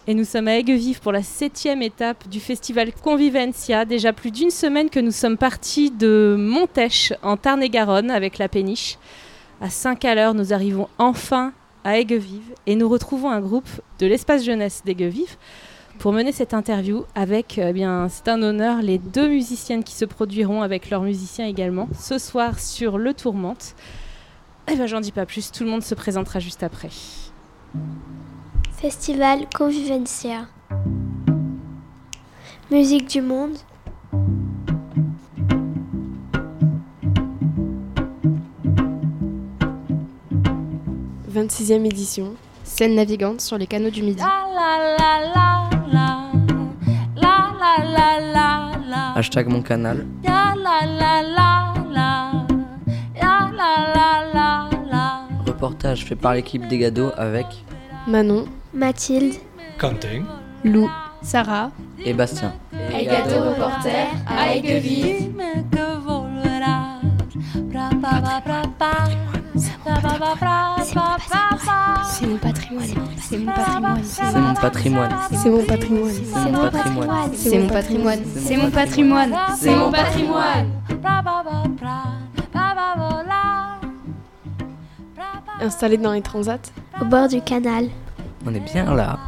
et nous sommes à Aigues-Vives pour la 7e étape du festival Convivencia. Déjà plus d'une semaine que nous sommes partis de Montèche en Tarn-et-Garonne avec la péniche. À 5 à l'heure, nous arrivons enfin à Aigues-Vives et nous retrouvons un groupe de l'espace jeunesse d'Aigues-Vives pour mener cette interview avec, c'est un honneur, les 2 musiciennes qui se produiront avec leurs musiciens également ce soir sur Le Tourmente. J'en dis pas plus, tout le monde se présentera juste après. Festival Convivencia. Musique du monde. « 26e édition. Scène navigante sur les canaux du Midi. » Hashtag mon canal. Reportage fait par l'équipe des Gados avec Manon, Mathilde, Quentin, Lou, Sarah et Bastien. et Gado reporter à Aigues-Vives. C'est mon patrimoine. C'est mon patrimoine. C'est mon patrimoine. C'est mon patrimoine. C'est mon patrimoine. C'est mon patrimoine. C'est mon patrimoine. C'est mon patrimoine. Installé dans les transats. au bord du canal. On est bien là.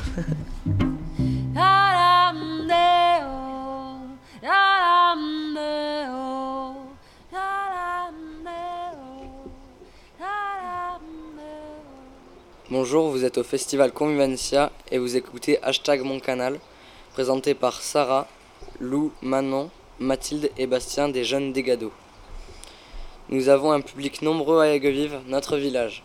Bonjour, vous êtes au festival Convivencia et vous écoutez Hashtag mon canal, présenté par Sarah, Lou, Manon, Mathilde et Bastien des Jeunes des Gados. Nous avons un public nombreux à Aigues-Vives, notre village.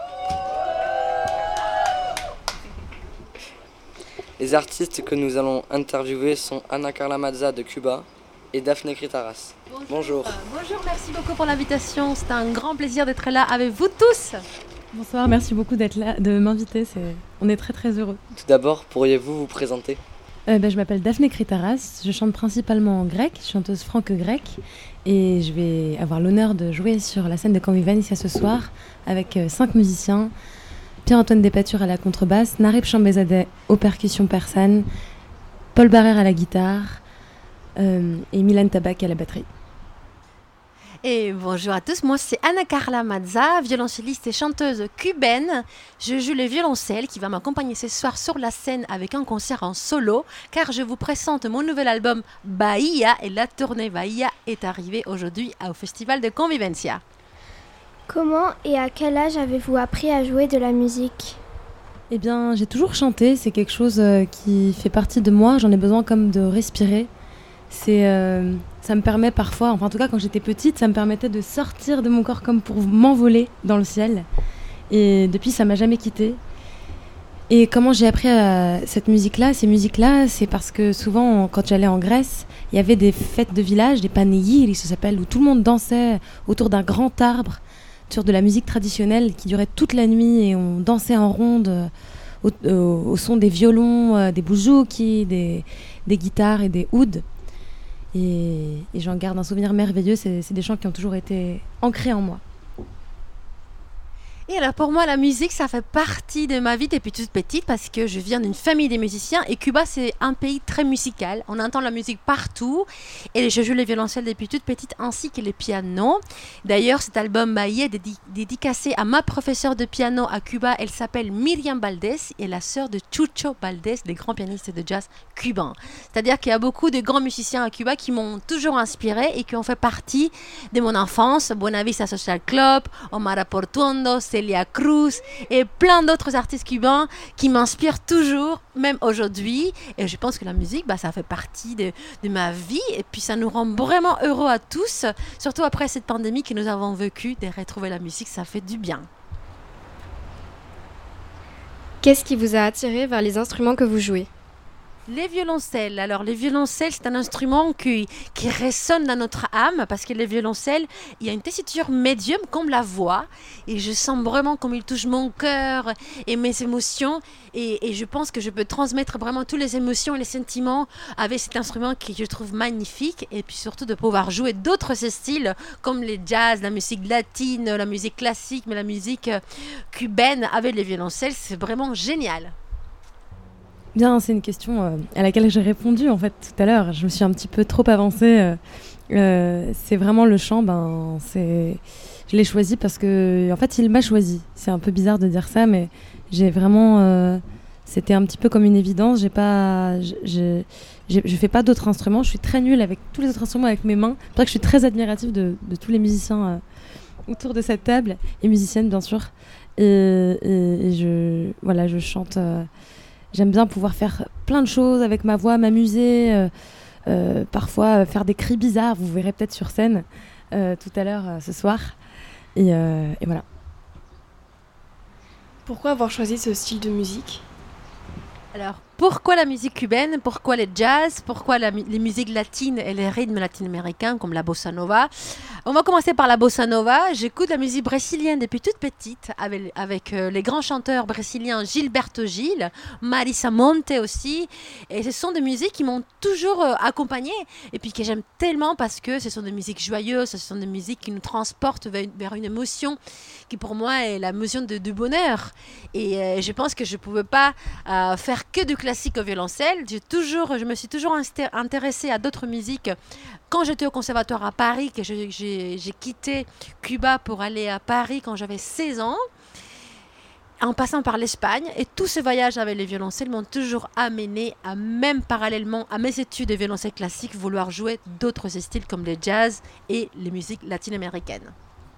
Les artistes que nous allons interviewer sont Ana Carla Mazza de Cuba et Daphné Critaras. Bonjour. Bonjour, merci beaucoup pour l'invitation. C'est un grand plaisir d'être là avec vous tous. Bonsoir, merci beaucoup d'être là, de m'inviter. On est très très heureux. Tout d'abord, pourriez-vous vous présenter ? Je m'appelle Daphné Critaras, je chante principalement en grec, chanteuse franco-grecque, et je vais avoir l'honneur de jouer sur la scène de Convivencia ce soir avec 5 musiciens. Pierre-Antoine Despature à la contrebasse, Narib Chambezadeh aux percussions persanes, Paul Barrère à la guitare et Milan Tabak à la batterie. Et bonjour à tous, moi c'est Ana Carla Mazza, violoncelliste et chanteuse cubaine. Je joue le violoncelle qui va m'accompagner ce soir sur la scène avec un concert en solo, car je vous présente mon nouvel album Bahia, et la tournée Bahia est arrivée aujourd'hui au festival de Convivencia. Comment et à quel âge avez-vous appris à jouer de la musique ? Eh bien, j'ai toujours chanté, c'est quelque chose qui fait partie de moi, j'en ai besoin comme de respirer. Ça me permet parfois, enfin en tout cas quand j'étais petite, ça me permettait de sortir de mon corps comme pour m'envoler dans le ciel. Et depuis, ça m'a jamais quittée. Et comment j'ai appris ces musiques-là, c'est parce que souvent, quand j'allais en Grèce, il y avait des fêtes de village, des panéiris, ça s'appelle, où tout le monde dansait autour d'un grand arbre, sur de la musique traditionnelle qui durait toute la nuit, et on dansait en ronde au son des violons, des bouzouki, des guitares et des ouds. Et j'en garde un souvenir merveilleux, c'est des chants qui ont toujours été ancrés en moi. Et alors pour moi, la musique, ça fait partie de ma vie depuis toute petite, parce que je viens d'une famille de musiciens, et Cuba, c'est un pays très musical. On entend la musique partout, et je joue le violoncelle depuis toute petite, ainsi que le piano. D'ailleurs, cet album Bahia est dédicacé à ma professeure de piano à Cuba. Elle s'appelle Miriam Valdés, et la sœur de Chucho Valdés, des grands pianistes de jazz cubains. C'est-à-dire qu'il y a beaucoup de grands musiciens à Cuba qui m'ont toujours inspiré et qui ont fait partie de mon enfance. Buenavista Social Club, Omar Aportuondo, Celia Cruz et plein d'autres artistes cubains qui m'inspirent toujours, même aujourd'hui. Et je pense que la musique, ça fait partie de ma vie, et puis ça nous rend vraiment heureux à tous, surtout après cette pandémie que nous avons vécue. De retrouver la musique, ça fait du bien. Qu'est-ce qui vous a attiré vers les instruments que vous jouez ? Les violoncelles. Alors, les violoncelles, c'est un instrument qui résonne dans notre âme, parce que les violoncelles, il y a une tessiture médium comme la voix, et je sens vraiment comme il touche mon cœur et mes émotions, et je pense que je peux transmettre vraiment toutes les émotions et les sentiments avec cet instrument que je trouve magnifique, et puis surtout de pouvoir jouer d'autres styles comme les jazz, la musique latine, la musique classique, mais la musique cubaine avec les violoncelles, c'est vraiment génial. Bien, c'est une question à laquelle j'ai répondu en fait tout à l'heure. Je me suis un petit peu trop avancée. C'est vraiment le chant, je l'ai choisi parce que en fait il m'a choisi. C'est un peu bizarre de dire ça, mais j'ai vraiment c'était un petit peu comme une évidence. Je fais pas d'autres instruments. Je suis très nulle avec tous les autres instruments avec mes mains. C'est vrai que je suis très admirative de tous les musiciens autour de cette table et musiciennes bien sûr. Et je chante. J'aime bien pouvoir faire plein de choses avec ma voix, m'amuser, parfois faire des cris bizarres. Vous verrez peut-être sur scène tout à l'heure ce soir. Et voilà. Pourquoi avoir choisi ce style de musique ? Alors, pourquoi la musique cubaine? Pourquoi les jazz? Pourquoi les musiques latines et les rythmes latino-américains comme la bossa nova? On va commencer par la bossa nova. J'écoute la musique brésilienne depuis toute petite avec les grands chanteurs brésiliens Gilberto Gil, Marisa Monte aussi. Et ce sont des musiques qui m'ont toujours accompagnée et puis que j'aime tellement parce que ce sont des musiques joyeuses, ce sont des musiques qui nous transportent vers une émotion qui pour moi est l'émotion du bonheur. Et je pense que je ne pouvais pas faire que du classique au violoncelle. Je me suis toujours intéressée à d'autres musiques. Quand j'étais au conservatoire à Paris, que j'ai quitté Cuba pour aller à Paris quand j'avais 16 ans, en passant par l'Espagne, et tous ces voyages avec les violoncelles m'ont toujours amené à, même parallèlement à mes études de violoncelle classique, vouloir jouer d'autres styles comme le jazz et les musiques latino-américaines.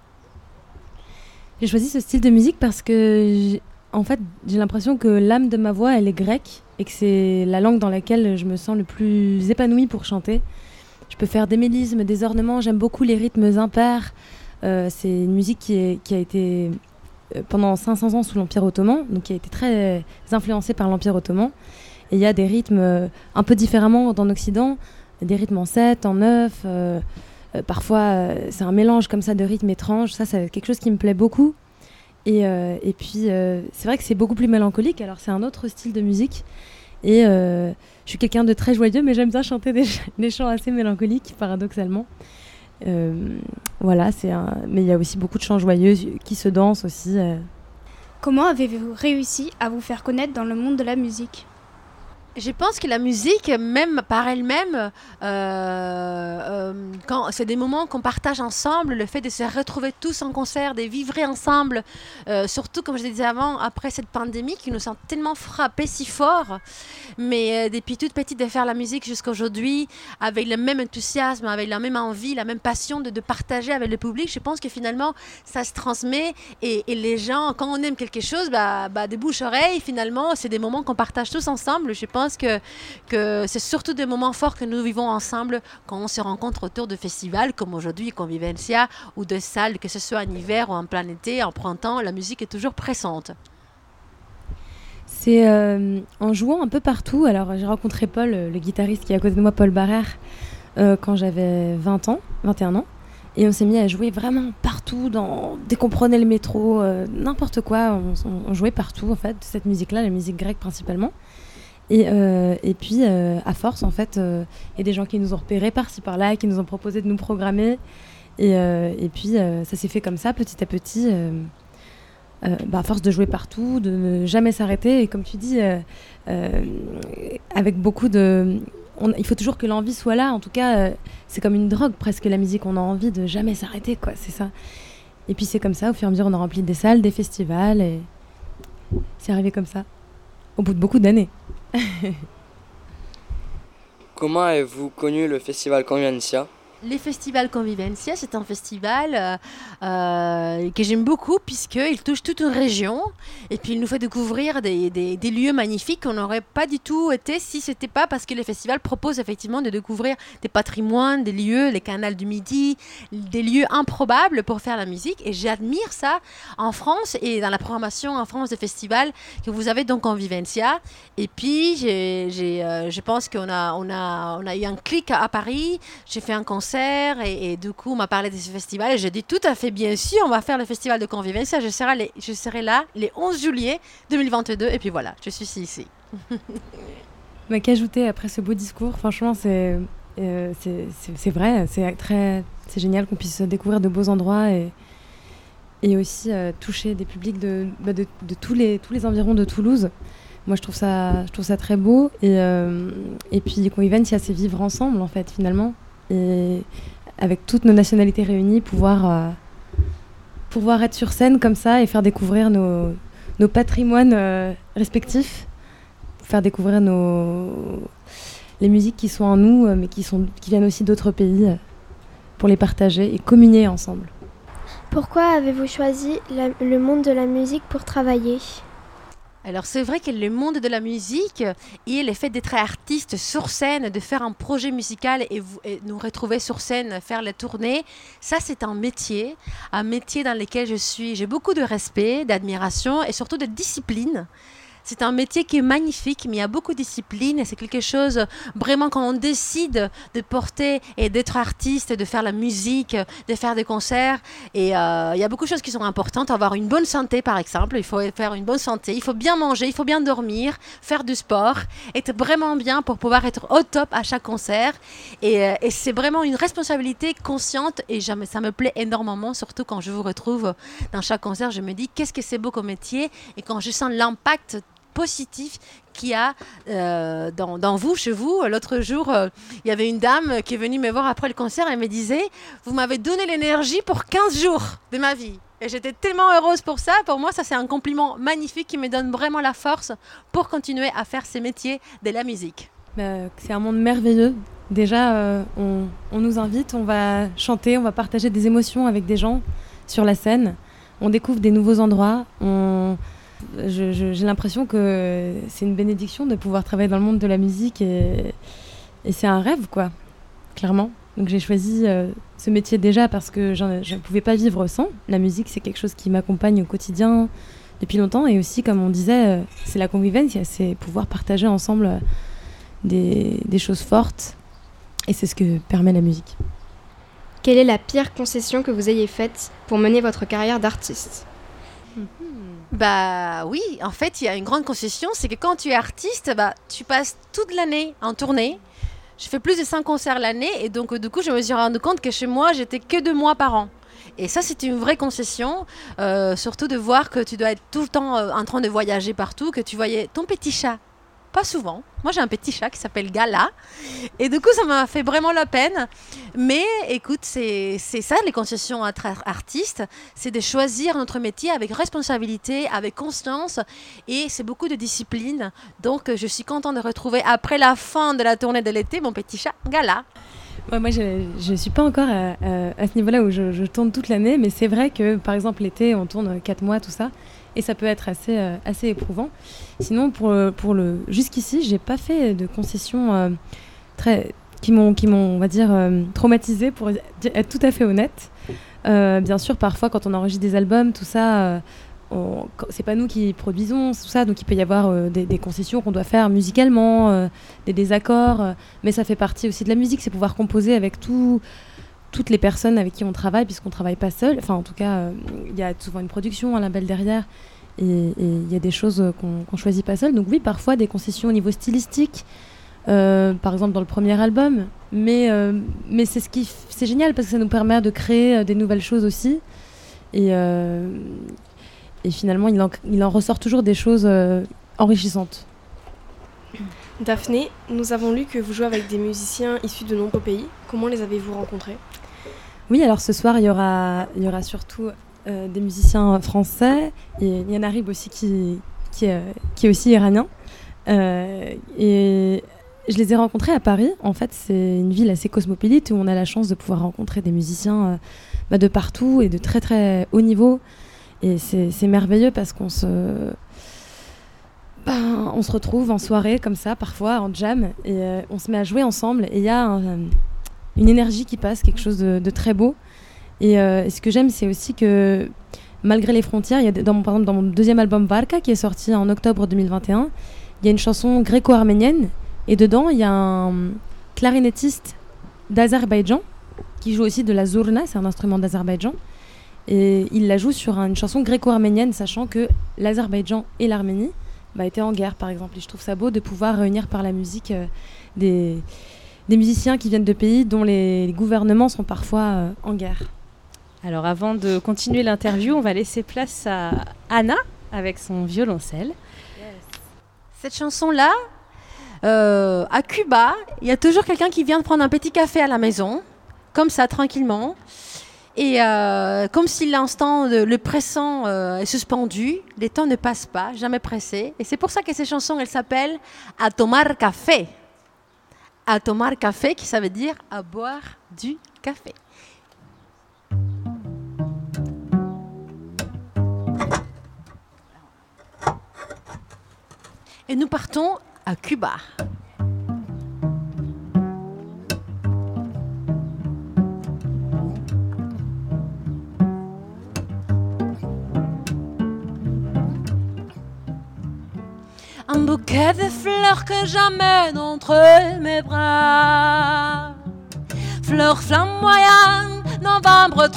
J'ai choisi ce style de musique parce que j'ai l'impression que l'âme de ma voix, elle est grecque et que c'est la langue dans laquelle je me sens le plus épanouie pour chanter. Je peux faire des mélismes, des ornements, j'aime beaucoup les rythmes impairs. C'est une musique qui a été pendant 500 ans sous l'Empire ottoman, donc qui a été très influencée par l'Empire ottoman. Et il y a des rythmes un peu différemment en Occident, des rythmes en 7, en 9. Parfois, c'est un mélange comme ça de rythmes étranges. Ça, c'est quelque chose qui me plaît beaucoup. Et puis, c'est vrai que c'est beaucoup plus mélancolique. Alors, c'est un autre style de musique. Et je suis quelqu'un de très joyeux, mais j'aime bien chanter des chants assez mélancoliques, paradoxalement. Voilà, mais il y a aussi beaucoup de chants joyeux qui se dansent aussi. Comment avez-vous réussi à vous faire connaître dans le monde de la musique ? Je pense que la musique, même par elle-même, quand c'est des moments qu'on partage ensemble, le fait de se retrouver tous en concert, de vivre ensemble, surtout comme je le disais avant, après cette pandémie qui nous a tellement frappés si fort, mais depuis toute petite de faire la musique jusqu'à aujourd'hui, avec le même enthousiasme, avec la même envie, la même passion de partager avec le public, je pense que finalement ça se transmet et les gens, quand on aime quelque chose, des bouche-oreille, finalement, c'est des moments qu'on partage tous ensemble. Je pense que c'est surtout des moments forts que nous vivons ensemble quand on se rencontre autour de festivals comme aujourd'hui Convivencia ou de salles, que ce soit en hiver ou en plein été, en printemps, la musique est toujours présente. C'est en jouant un peu partout. Alors j'ai rencontré Paul, le guitariste qui est à côté de moi, Paul Barrère, quand j'avais 21 ans. Et on s'est mis à jouer vraiment partout, dès qu'on prenait le métro, n'importe quoi, on jouait partout en fait, cette musique-là, la musique grecque principalement. Et puis, à force, en fait, il y a des gens qui nous ont repérés par-ci par-là, qui nous ont proposé de nous programmer. Et puis, ça s'est fait comme ça, petit à petit, à force de jouer partout, de ne jamais s'arrêter. Et comme tu dis, avec beaucoup de... il faut toujours que l'envie soit là. En tout cas, c'est comme une drogue, presque, la musique. On a envie de jamais s'arrêter, quoi. C'est ça. Et puis, c'est comme ça, au fur et à mesure, on a rempli des salles, des festivals. Et c'est arrivé comme ça, au bout de beaucoup d'années. Comment avez-vous connu le festival Convivencia ? Les festivals Convivencia, c'est un festival que j'aime beaucoup puisqu'il touche toute une région et puis il nous fait découvrir des lieux magnifiques qu'on n'aurait pas du tout été si ce n'était pas parce que les festivals proposent effectivement de découvrir des patrimoines, des lieux, les canals du Midi, des lieux improbables pour faire la musique et j'admire ça en France et dans la programmation en France des festivals que vous avez donc Convivencia. Et puis je pense qu'on a eu un clic à Paris, j'ai fait un concert et du coup on m'a parlé de ce festival et j'ai dit tout à fait bien sûr on va faire le festival de Convivencia, je serai là les 11 juillet 2022 et puis voilà, je suis ici. Mais qu'ajouter après ce beau discours, franchement c'est vrai, c'est génial qu'on puisse découvrir de beaux endroits et aussi toucher des publics de tous les environs de Toulouse Moi, je trouve ça très beau. Et puis, Convivencia, c'est vivre ensemble, en fait, finalement. Et avec toutes nos nationalités réunies, pouvoir être sur scène comme ça et faire découvrir nos patrimoines respectifs, faire découvrir les musiques qui sont en nous, mais qui viennent aussi d'autres pays, pour les partager et communier ensemble. Pourquoi avez-vous choisi le monde de la musique pour travailler ? Alors c'est vrai que le monde de la musique et le fait d'être artiste sur scène, de faire un projet musical et nous retrouver sur scène, faire les tournées, ça c'est un métier dans lequel j'ai beaucoup de respect, d'admiration et surtout de discipline. C'est un métier qui est magnifique, mais il y a beaucoup de discipline et c'est quelque chose, vraiment, quand on décide de porter et d'être artiste, de faire la musique, de faire des concerts. Et il y a beaucoup de choses qui sont importantes. Avoir une bonne santé, par exemple. Il faut faire une bonne santé. Il faut bien manger, il faut bien dormir, faire du sport, être vraiment bien pour pouvoir être au top à chaque concert. Et c'est vraiment une responsabilité consciente et ça me plaît énormément, surtout quand je vous retrouve dans chaque concert. Je me dis, qu'est-ce que c'est beau comme métier et quand je sens l'impact positif qu'il y a dans vous, chez vous. L'autre jour, il y avait une dame qui est venue me voir après le concert et me disait « Vous m'avez donné l'énergie pour 15 jours de ma vie ». Et j'étais tellement heureuse pour ça. Pour moi, ça, c'est un compliment magnifique qui me donne vraiment la force pour continuer à faire ces métiers de la musique. C'est un monde merveilleux. Déjà, on nous invite, on va chanter, on va partager des émotions avec des gens sur la scène. On découvre des nouveaux endroits. J'ai l'impression que c'est une bénédiction de pouvoir travailler dans le monde de la musique et c'est un rêve, quoi, clairement. Donc j'ai choisi ce métier déjà parce que je ne pouvais pas vivre sans. La musique, c'est quelque chose qui m'accompagne au quotidien depuis longtemps et aussi, comme on disait, c'est la convivencia, c'est pouvoir partager ensemble des choses fortes et c'est ce que permet la musique. Quelle est la pire concession que vous ayez faite pour mener votre carrière d'artiste ? Bah oui, en fait, il y a une grande concession, c'est que quand tu es artiste, tu passes toute l'année en tournée. Je fais plus de 5 concerts l'année et donc du coup, je me suis rendu compte que chez moi, j'étais que 2 mois par an. Et ça, c'est une vraie concession, surtout de voir que tu dois être tout le temps en train de voyager partout, que tu voyais ton petit chat. Pas souvent. Moi, j'ai un petit chat qui s'appelle Gala. Et du coup, ça m'a fait vraiment la peine. Mais écoute, c'est ça, les concessions être artiste. C'est de choisir notre métier avec responsabilité, avec constance. Et c'est beaucoup de discipline. Donc, je suis contente de retrouver, après la fin de la tournée de l'été, mon petit chat Gala. Ouais, moi, je ne suis pas encore à ce niveau-là où je tourne toute l'année. Mais c'est vrai que, par exemple, l'été, on tourne 4 mois, tout ça. Et ça peut être assez éprouvant. Sinon, jusqu'ici, j'ai pas fait de concessions qui m'ont, on va dire, traumatisée, pour être tout à fait honnête. Bien sûr, parfois, quand on enregistre des albums, tout ça, c'est pas nous qui produisons, tout ça, donc il peut y avoir des concessions qu'on doit faire musicalement, des désaccords, mais ça fait partie aussi de la musique, c'est pouvoir composer avec toutes les personnes avec qui on travaille, puisqu'on ne travaille pas seul. Enfin, en tout cas, il y a souvent une production, un label derrière, et il y a des choses qu'on ne choisit pas seul. Donc oui, parfois des concessions au niveau stylistique, par exemple dans le premier album, mais c'est génial parce que ça nous permet de créer des nouvelles choses aussi. Et finalement, il en ressort toujours des choses enrichissantes. Daphné, nous avons lu que vous jouez avec des musiciens issus de nombreux pays. Comment les avez-vous rencontrés ? Oui, alors ce soir, il y aura surtout des musiciens français et il y en a Rib aussi qui est aussi iranien. Et je les ai rencontrés à Paris. En fait, c'est une ville assez cosmopolite où on a la chance de pouvoir rencontrer des musiciens de partout et de très très haut niveau. Et c'est merveilleux parce qu'on se retrouve en soirée comme ça, parfois en jam, et on se met à jouer ensemble et il y a une énergie qui passe, quelque chose de très beau. Et ce que j'aime, c'est aussi que malgré les frontières, il y a par exemple dans mon deuxième album Varka, qui est sorti en octobre 2021, il y a une chanson gréco-arménienne et dedans il y a un clarinettiste d'Azerbaïdjan qui joue aussi de la zurna, c'est un instrument d'Azerbaïdjan, et il la joue sur une chanson gréco-arménienne, sachant que l'Azerbaïdjan et l'Arménie étaient en guerre, par exemple. Et je trouve ça beau de pouvoir réunir par la musique des musiciens qui viennent de pays dont les gouvernements sont parfois en guerre. Alors avant de continuer l'interview, on va laisser place à Anna avec son violoncelle. Cette chanson-là, à Cuba, il y a toujours quelqu'un qui vient de prendre un petit café à la maison, comme ça, tranquillement. Et comme si l'instant, le pressant est suspendu, les temps ne passent pas, jamais pressés. Et c'est pour ça que cette chanson, elle s'appelle « A tomar café ». « A tomar café » qui ça veut dire « à boire du café ». Et nous partons à Cuba. Un bouquet de fleurs que j'amène entre mes bras. Fleurs flamboyantes, novembre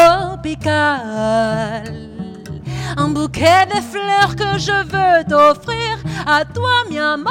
tropical. Un bouquet de fleurs que je veux t'offrir à toi, mi amor.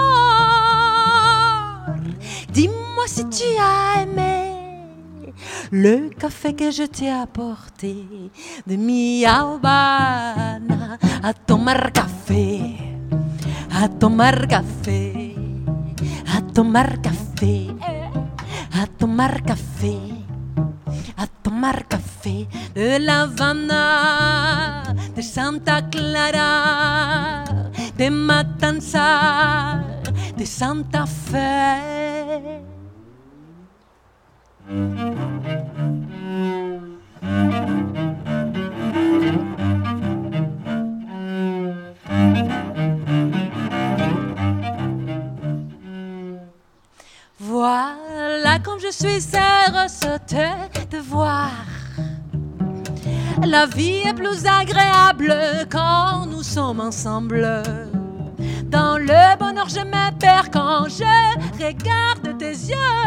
Dis-moi si tu as aimé le café que je t'ai apporté de mi Habana. A tomar café, a tomar café, a tomar café, a tomar café, a tomar café de La Habana, de Santa Clara, de Matanzas, de Santa Fe. Voilà comme je suis heureuse de voir. La vie est plus agréable quand nous sommes ensemble. Dans le bonheur je me perds quand je regarde tes yeux.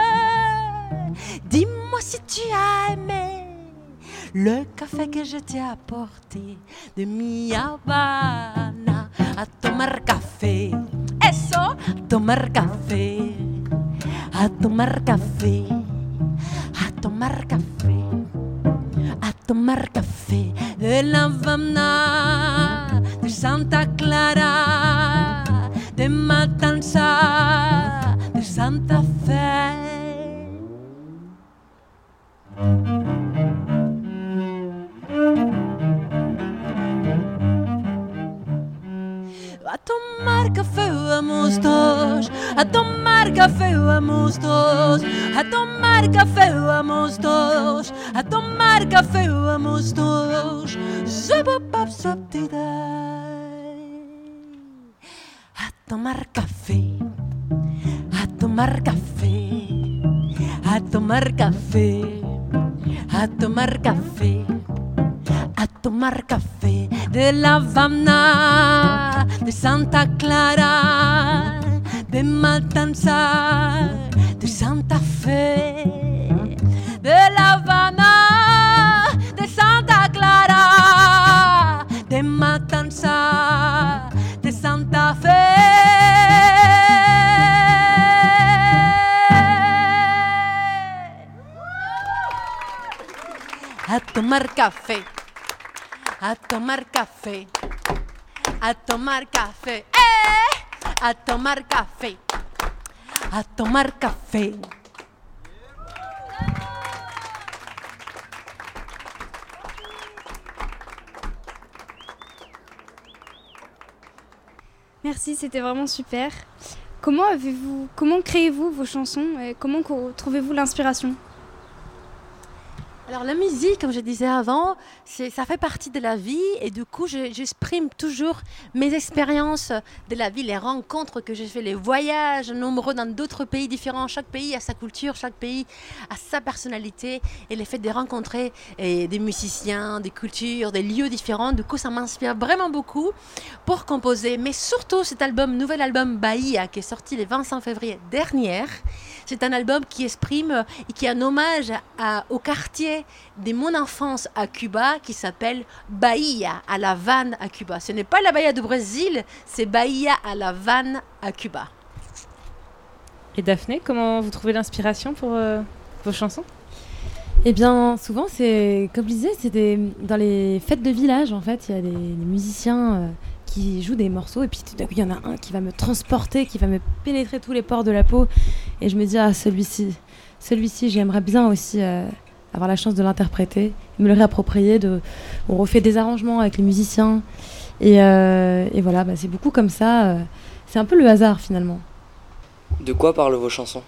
Dis-moi si tu as aimé le café que je t'ai apporté de mi Habana. A tomar café, eso, tomar café. A tomar café, a tomar café, a tomar café de La Habana, de Santa Clara, de Matanzas, de Santa Fe. A tomar café vamos dos, a tomar café vamos dos, a tomar café vamos dos, a tomar café vamos dos. A tomar café, a tomar café, a tomar café, a tomar café. A tomar café de La Habana, de Santa Clara, de Matanzas, de Santa Fe. De La Habana, de Santa Clara, de Matanzas, de Santa Fe. A tomar café. A tomar café, a tomar café, a tomar café, a tomar café. Merci, c'était vraiment super. Comment créez-vous vos chansons et comment trouvez-vous l'inspiration ? Alors la musique, comme je disais avant, ça fait partie de la vie et du coup j'exprime toujours mes expériences de la vie, les rencontres que j'ai fait, les voyages nombreux dans d'autres pays différents. Chaque pays a sa culture, chaque pays a sa personnalité et le fait de rencontrer des musiciens, des cultures, des lieux différents, du coup ça m'inspire vraiment beaucoup pour composer. Mais surtout cet nouvel album Bahia qui est sorti le 25 février dernier, c'est un album qui exprime et qui est un hommage au quartier de mon enfance à Cuba qui s'appelle Bahia, à La Havane à Cuba. Ce n'est pas la Bahia du Brésil, c'est Bahia à La Havane à Cuba. Et Daphné, comment vous trouvez l'inspiration pour vos chansons ? Eh bien, souvent, c'est comme je disais, dans les fêtes de village, en fait, il y a des musiciens qui joue des morceaux et puis tout d'un coup il y en a un qui va me transporter, qui va me pénétrer tous les pores de la peau et je me dis celui-ci j'aimerais bien aussi avoir la chance de l'interpréter, me le réapproprier, on refait des arrangements avec les musiciens et voilà, c'est beaucoup comme ça, c'est un peu le hasard finalement. De quoi parlent vos chansons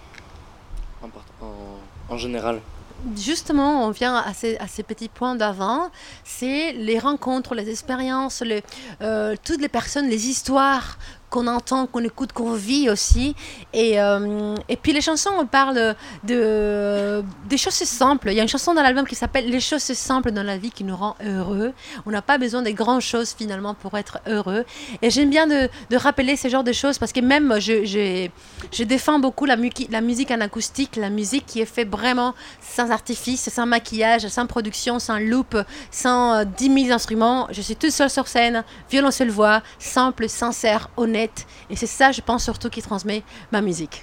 en général? Justement, on vient à ces petits points d'avant, c'est les rencontres, les expériences, toutes les personnes, les histoires qu'on entend, qu'on écoute, qu'on vit aussi. Et puis les chansons, on parle des choses simples. Il y a une chanson dans l'album qui s'appelle « Les choses simples dans la vie qui nous rend heureux ». On n'a pas besoin des grandes choses finalement pour être heureux. Et j'aime bien de rappeler ce genre de choses parce que même je défends beaucoup la musique en acoustique, la musique qui est faite vraiment sans artifice, sans maquillage, sans production, sans loop, sans 10 000 instruments. Je suis toute seule sur scène, violoncelle-voix, simple, sincère, honnête. Et c'est ça, je pense, surtout qui transmet ma musique.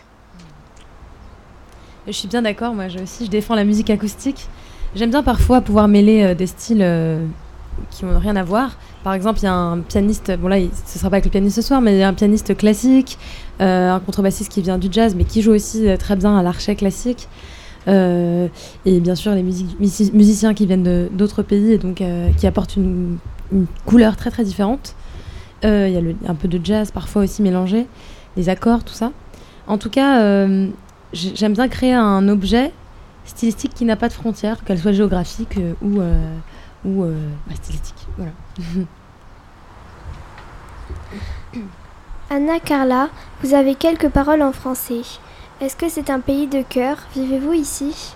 Je suis bien d'accord, moi je défends la musique acoustique. J'aime bien parfois pouvoir mêler des styles qui n'ont rien à voir. Par exemple, il y a un pianiste, bon là ce ne sera pas avec le pianiste ce soir, mais il y a un pianiste classique, un contrebassiste qui vient du jazz, mais qui joue aussi très bien à l'archet classique. Et bien sûr les musiciens qui viennent d'autres pays et donc qui apportent une couleur très très différente. Il y a un peu de jazz parfois aussi mélangé, les accords, tout ça. En tout cas, j'aime bien créer un objet stylistique qui n'a pas de frontières, qu'elle soit géographique ou stylistique. Voilà. Anna Carla, vous avez quelques paroles en français. Est-ce que c'est un pays de cœur? Vivez-vous ici?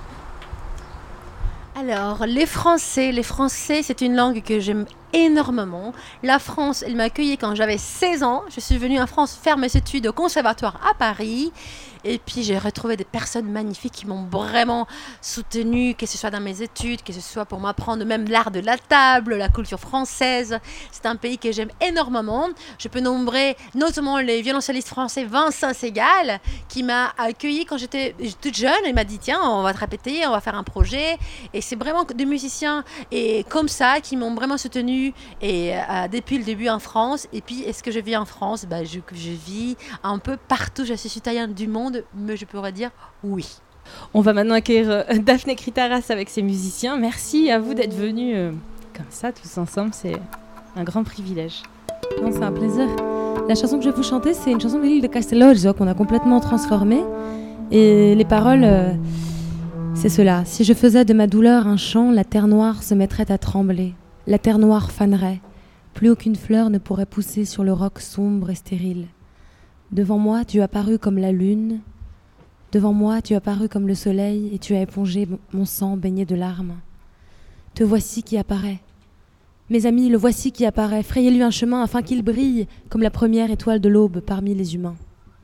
Alors, les Français, c'est une langue que j'aime énormément. La France, elle m'a accueillie quand j'avais 16 ans. Je suis venue en France faire mes études au conservatoire à Paris. Et puis, j'ai retrouvé des personnes magnifiques qui m'ont vraiment soutenue, que ce soit dans mes études, que ce soit pour m'apprendre même l'art de la table, la culture française. C'est un pays que j'aime énormément. Je peux nombrer notamment les violoncellistes français Vincent Segal, qui m'a accueillie quand j'étais toute jeune. Il m'a dit, tiens, on va te répéter, on va faire un projet. Et c'est vraiment des musiciens et comme ça qui m'ont vraiment soutenue et depuis le début en France. Et puis, est-ce que je vis en France? Je vis un peu partout. Je suis citoyenne du monde, mais je pourrais dire oui. On va maintenant accueillir Daphné Kritaras avec ses musiciens. Merci à vous d'être venus comme ça, tous ensemble. C'est un grand privilège. Non, c'est un plaisir. La chanson que je vais vous chanter, c'est une chanson de l'île de Castellorzo qu'on a complètement transformée. Et les paroles, c'est cela. Si je faisais de ma douleur un chant, la terre noire se mettrait à trembler. La terre noire fanerait. Plus aucune fleur ne pourrait pousser sur le roc sombre et stérile. Devant moi, tu as paru comme la lune. Devant moi, tu as paru comme le soleil et tu as épongé mon sang baigné de larmes. Te voici qui apparaît. Mes amis, le voici qui apparaît. Frayez-lui un chemin afin qu'il brille comme la première étoile de l'aube parmi les humains.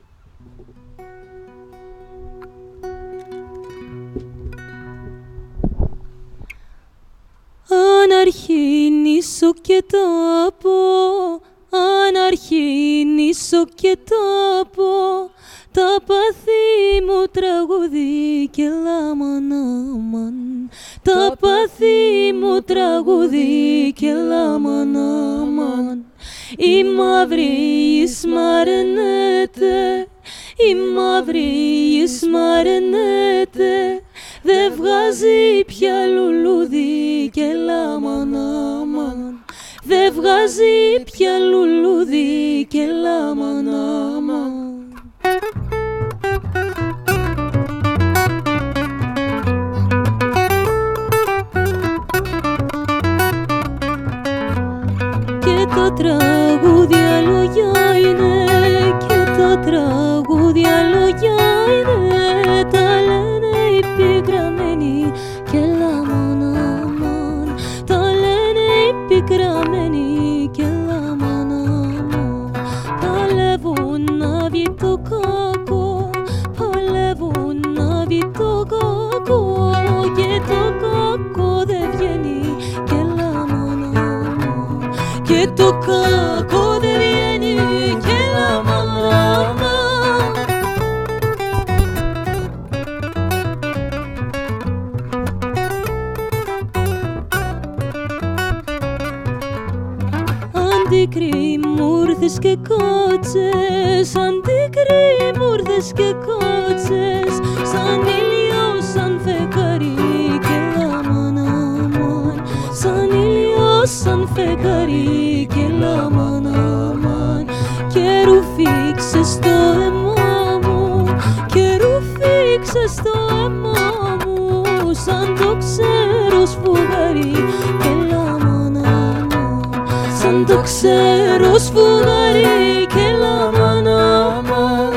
Αναρχίνησω και τα πω, αναρχίνησω και τα πω, τα πάθη μου τραγουδί και λάμαναμαν, τα πάθη μου τραγουδί και λάμαναμαν. Η μαύρη εισμαρνέται, η μαύρη εισμαρνέται, δε βγάζει πια λουλούδι και λάμαναμαν, δε βγάζει πια λουλούδι και λάμαναμαν. Και τα τραγούδια λόγια είναι, και τα τραγούδια λόγια είναι, τα λένε οι πικραμένοι και λάμαναμαν, τα λένε οι πικραμένοι και λάμαναμαν. Παλεύουν να βγει το κακό, παλεύουν να βγει το κακό, και το κακό δεν βγαίνει και λάμαναμαν, και το κακό δεν βγαίνει και λάμαναμαν. λες και κότσες σαν ήλιο, σαν φεγγάρι και λάμαν αμάν, σαν ήλιο, σαν φεγγάρι και λάμαν αμάν, και ρουφήξε στο αίμα μου, και ρουφήξε στο αίμα μου, σαν το ξέρω σφουγγάρι και λάμαν αμάν, σαν το ξέρω σφουγγάρι και λάμαν αμάν.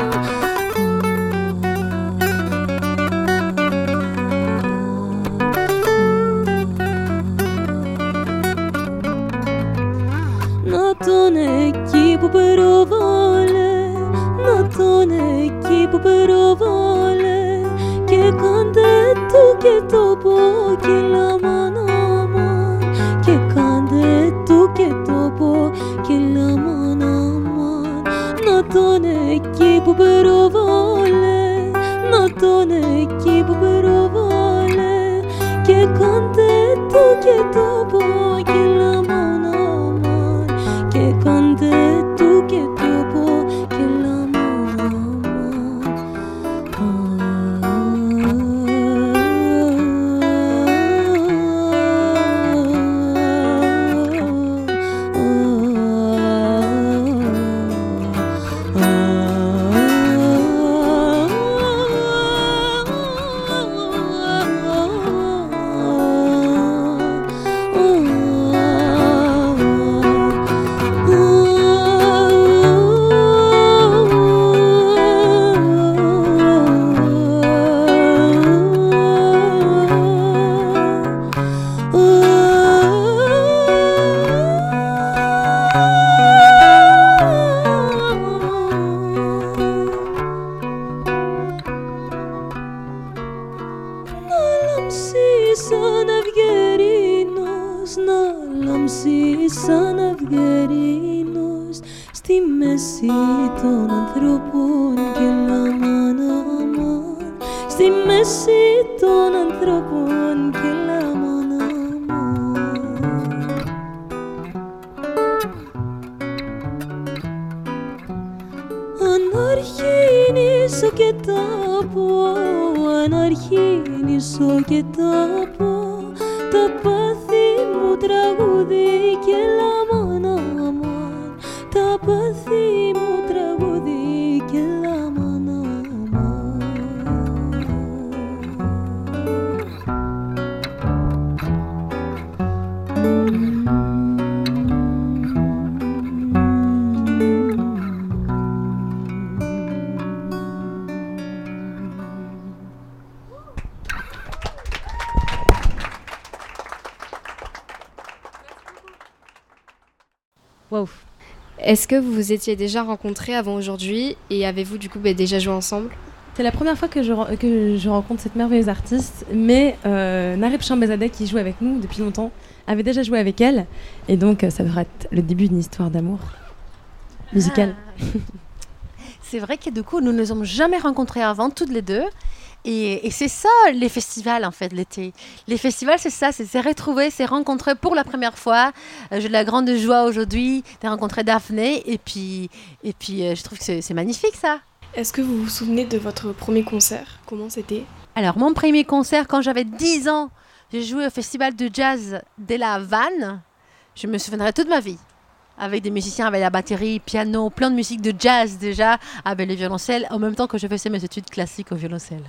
Να τον εκεί που περοβάλε, να τον εκεί που περοβάλε, και κάντε του και το πω και λάμαν αμάν, και κάντε του και το πω και λάμαν αμάν. Να τον εκεί που περοβάλε, να τον εκεί που περοβάλε, και κάντε του και το πω και λάμαν αμάν, και κάντε του και το πω και λάμαν αμάν. Σαν αυγερίνος, να λάμψει σαν αυγερίνος στη μέση των ανθρώπων και λάμαν αμάν, στη μέση των ανθρώπων και λάμαν αμάν. Αναρχήνισω και τα πω, αναρχήνισω και τα πω, τα πάθη μου τραγούδι και λάμαν αμάν, τα πάθη μου τραγούδι και λάμαν αμάν. Wow. Est-ce que vous vous étiez déjà rencontrés avant aujourd'hui et avez-vous du coup déjà joué ensemble? C'est la première fois que je rencontre cette merveilleuse artiste, mais Narib Chambezadeh, qui joue avec nous depuis longtemps, avait déjà joué avec elle, et donc ça devrait être le début d'une histoire d'amour musicale. C'est vrai que du coup, nous ne nous sommes jamais rencontrés avant, toutes les deux. Et c'est ça, les festivals, en fait, l'été. Les festivals, c'est ça, c'est se retrouver, se rencontrer pour la première fois. J'ai de la grande joie aujourd'hui de rencontrer Daphné. Et puis je trouve que c'est magnifique, ça. Est-ce que vous vous souvenez de votre premier concert? Comment c'était? Alors, mon premier concert, quand j'avais 10 ans, j'ai joué au festival de jazz de la Havane. Je me souviendrai toute ma vie. Avec des musiciens, avec la batterie, piano, plein de musique de jazz déjà, avec le violoncelle, en même temps que je faisais mes études classiques au violoncelle.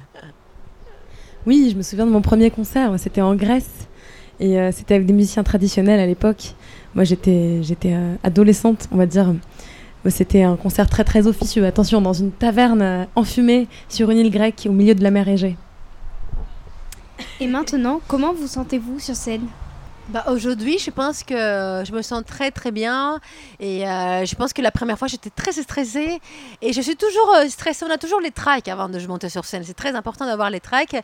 Oui, je me souviens de mon premier concert, c'était en Grèce, et c'était avec des musiciens traditionnels à l'époque. Moi j'étais adolescente, on va dire. C'était un concert très très officieux, attention, dans une taverne enfumée sur une île grecque au milieu de la mer Égée. Et maintenant, comment vous sentez-vous sur scène? Aujourd'hui, je pense que je me sens très très bien et je pense que la première fois j'étais très stressée et je suis toujours stressée. On a toujours les tracks avant de monter sur scène, c'est très important d'avoir les tracks,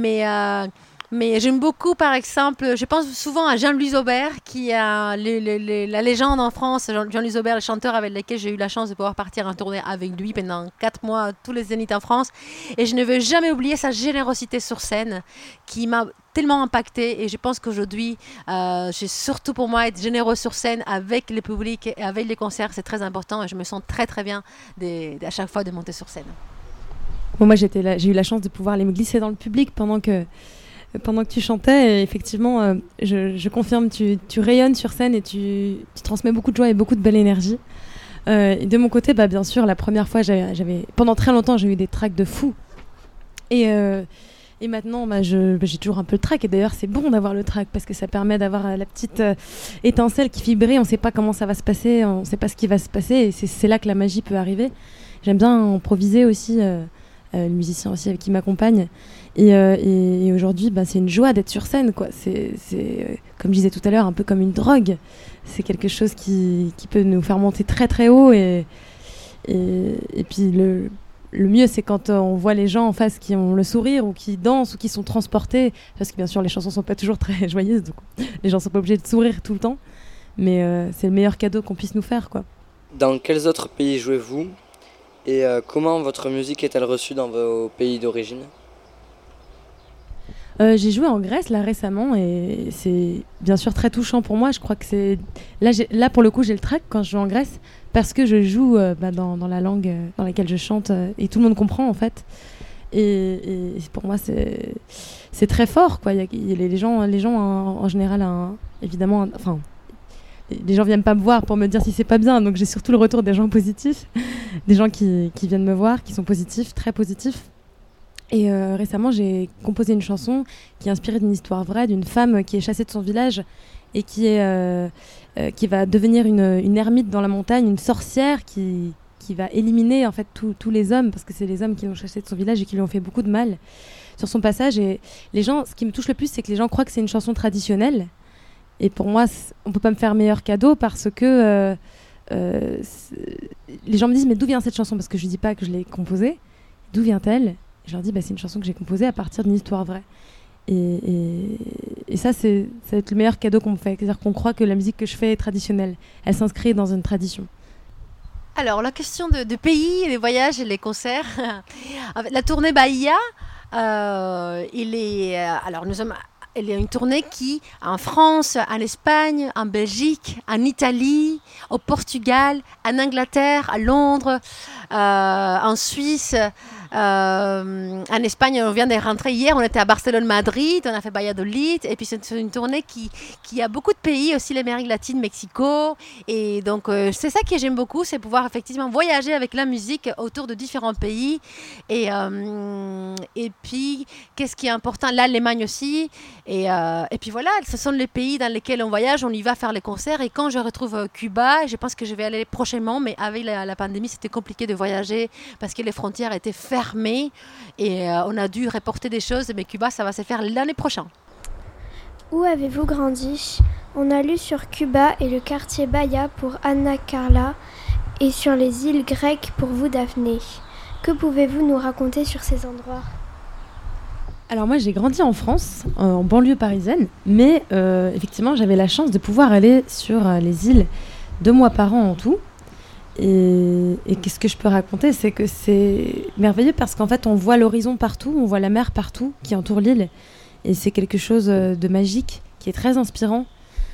mais j'aime beaucoup, par exemple, je pense souvent à Jean-Louis Aubert, qui est la légende en France. Jean-Louis Aubert, le chanteur avec lequel j'ai eu la chance de pouvoir partir en tournée avec lui pendant 4 mois, tous les zéniths en France. Et je ne veux jamais oublier sa générosité sur scène, qui m'a tellement impactée. Et je pense qu'aujourd'hui, c'est surtout pour moi être généreux sur scène avec le public et avec les concerts, c'est très important. Et je me sens très très bien à chaque fois de monter sur scène. Bon, moi, j'ai eu la chance de pouvoir aller me glisser dans le public pendant que tu chantais. Et effectivement, je confirme, tu rayonnes sur scène et tu transmets beaucoup de joie et beaucoup de belle énergie. Et de mon côté, bien sûr, la première fois, pendant très longtemps, j'ai eu des tracks de fou. Et maintenant, j'ai toujours un peu le track. Et d'ailleurs, c'est bon d'avoir le track parce que ça permet d'avoir la petite étincelle qui vibrait. On ne sait pas comment ça va se passer, on ne sait pas ce qui va se passer. Et c'est là que la magie peut arriver. J'aime bien improviser aussi, le musicien aussi avec qui m'accompagne. Et aujourd'hui, c'est une joie d'être sur scène, quoi. C'est comme je disais tout à l'heure, un peu comme une drogue. C'est quelque chose qui peut nous faire monter très très haut. Et puis le mieux, c'est quand on voit les gens en face qui ont le sourire ou qui dansent ou qui sont transportés. Parce que bien sûr, les chansons sont pas toujours très joyeuses, donc les gens sont pas obligés de sourire tout le temps. Mais c'est le meilleur cadeau qu'on puisse nous faire, quoi. Dans quels autres pays jouez-vous ? Et comment votre musique est-elle reçue dans vos pays d'origine ? J'ai joué en Grèce là récemment et c'est bien sûr très touchant pour moi. Je crois que c'est là pour le coup j'ai le track quand je joue en Grèce parce que je joue dans la langue dans laquelle je chante et tout le monde comprend en fait. Et pour moi c'est très fort quoi. Les gens en général évidemment les gens viennent pas me voir pour me dire si c'est pas bien, donc j'ai surtout le retour des gens positifs, des gens qui viennent me voir, qui sont positifs, très positifs. Et récemment, j'ai composé une chanson qui est inspirée d'une histoire vraie, d'une femme qui est chassée de son village et qui va devenir une ermite dans la montagne, une sorcière qui va éliminer en fait tous les hommes, parce que c'est les hommes qui l'ont chassée de son village et qui lui ont fait beaucoup de mal sur son passage. Et les gens, ce qui me touche le plus, c'est que les gens croient que c'est une chanson traditionnelle. Et pour moi, on peut pas me faire meilleur cadeau parce que les gens me disent mais d'où vient cette chanson, parce que je dis pas que je l'ai composée, d'où vient-elle? Je leur dis c'est une chanson que j'ai composée à partir d'une histoire vraie. Et ça, ça va être le meilleur cadeau qu'on me fait. C'est-à-dire qu'on croit que la musique que je fais est traditionnelle. Elle s'inscrit dans une tradition. Alors, la question de pays, les voyages et les concerts. La tournée Bahia, il y a une tournée qui, en France, en Espagne, en Belgique, en Italie, au Portugal, en Angleterre, à Londres, en Suisse. En Espagne, on vient de rentrer hier, on était à Barcelone, Madrid, on a fait Valladolid, et puis c'est une tournée qui a beaucoup de pays, aussi l'Amérique latine, Mexico, et donc c'est ça que j'aime beaucoup, c'est pouvoir effectivement voyager avec la musique autour de différents pays, et puis qu'est-ce qui est important, l'Allemagne aussi, et puis voilà, ce sont les pays dans lesquels on voyage, on y va faire les concerts, et quand je retrouve Cuba, je pense que je vais aller prochainement, mais avec la pandémie, c'était compliqué de voyager, parce que les frontières étaient fermées, et on a dû reporter des choses, mais Cuba, ça va se faire l'année prochaine. Où avez-vous grandi? On a lu sur Cuba et le quartier Bahia pour Anna Carla et sur les îles grecques pour vous, Daphné. Que pouvez-vous nous raconter sur ces endroits? Alors moi, j'ai grandi en France, en banlieue parisienne, mais effectivement, j'avais la chance de pouvoir aller sur les îles 2 mois par an en tout. Et qu'est-ce que je peux raconter, c'est que c'est merveilleux parce qu'en fait on voit l'horizon partout, on voit la mer partout qui entoure l'île et c'est quelque chose de magique qui est très inspirant.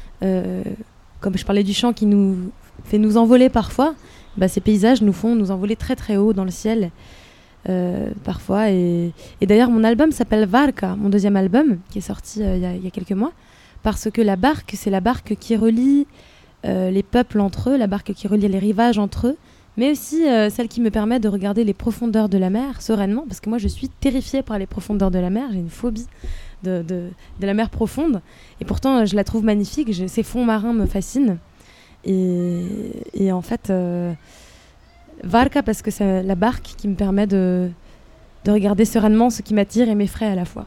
Comme je parlais du chant qui nous fait nous envoler parfois, ces paysages nous font nous envoler très très haut dans le ciel parfois. Et d'ailleurs mon album s'appelle Varka, mon 2e album qui est sorti il y a quelques mois, parce que la barque, c'est la barque qui relie les peuples entre eux, la barque qui relie les rivages entre eux, mais aussi celle qui me permet de regarder les profondeurs de la mer sereinement, parce que moi je suis terrifiée par les profondeurs de la mer, j'ai une phobie de la mer profonde, et pourtant je la trouve magnifique, ces fonds marins me fascinent, et en fait Varka, parce que c'est la barque qui me permet de regarder sereinement ce qui m'attire et m'effraie à la fois.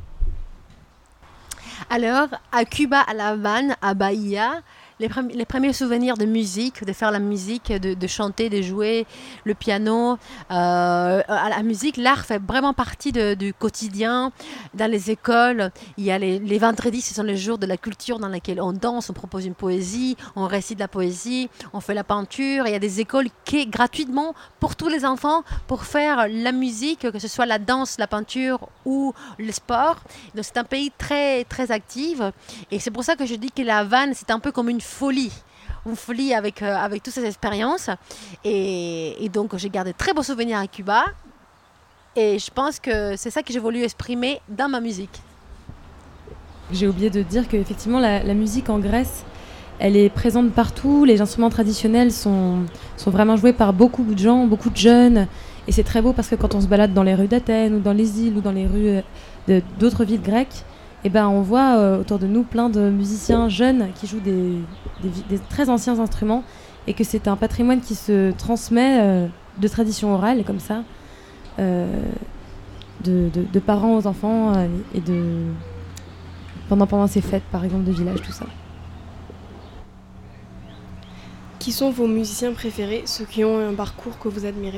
Alors, à Cuba, à La Havane, à Bahia, les premiers souvenirs de musique, de faire la musique, de chanter, de jouer le piano. La musique, l'art fait vraiment partie du quotidien. Dans les écoles, il y a les vendredis, ce sont les jours de la culture dans lesquels on danse, on propose une poésie, on récite la poésie, on fait la peinture. Il y a des écoles qui, gratuitement, pour tous les enfants, pour faire la musique, que ce soit la danse, la peinture ou le sport. Donc c'est un pays très, très actif. Et c'est pour ça que je dis que la Havane, c'est un peu comme une folie avec toutes ces expériences, et donc j'ai gardé très beaux souvenirs à Cuba. Et je pense que c'est ça que j'ai voulu exprimer dans ma musique. J'ai oublié de dire qu'effectivement, la musique en Grèce, elle est présente partout. Les instruments traditionnels sont vraiment joués par beaucoup de gens, beaucoup de jeunes. Et c'est très beau parce que quand on se balade dans les rues d'Athènes ou dans les îles ou dans les rues d'autres villes grecques, eh ben, on voit autour de nous plein de musiciens jeunes qui jouent des très anciens instruments et que c'est un patrimoine qui se transmet de tradition orale, comme ça, de parents aux enfants et pendant ces fêtes, par exemple, de village, tout ça. Qui sont vos musiciens préférés, ceux qui ont un parcours que vous admirez ?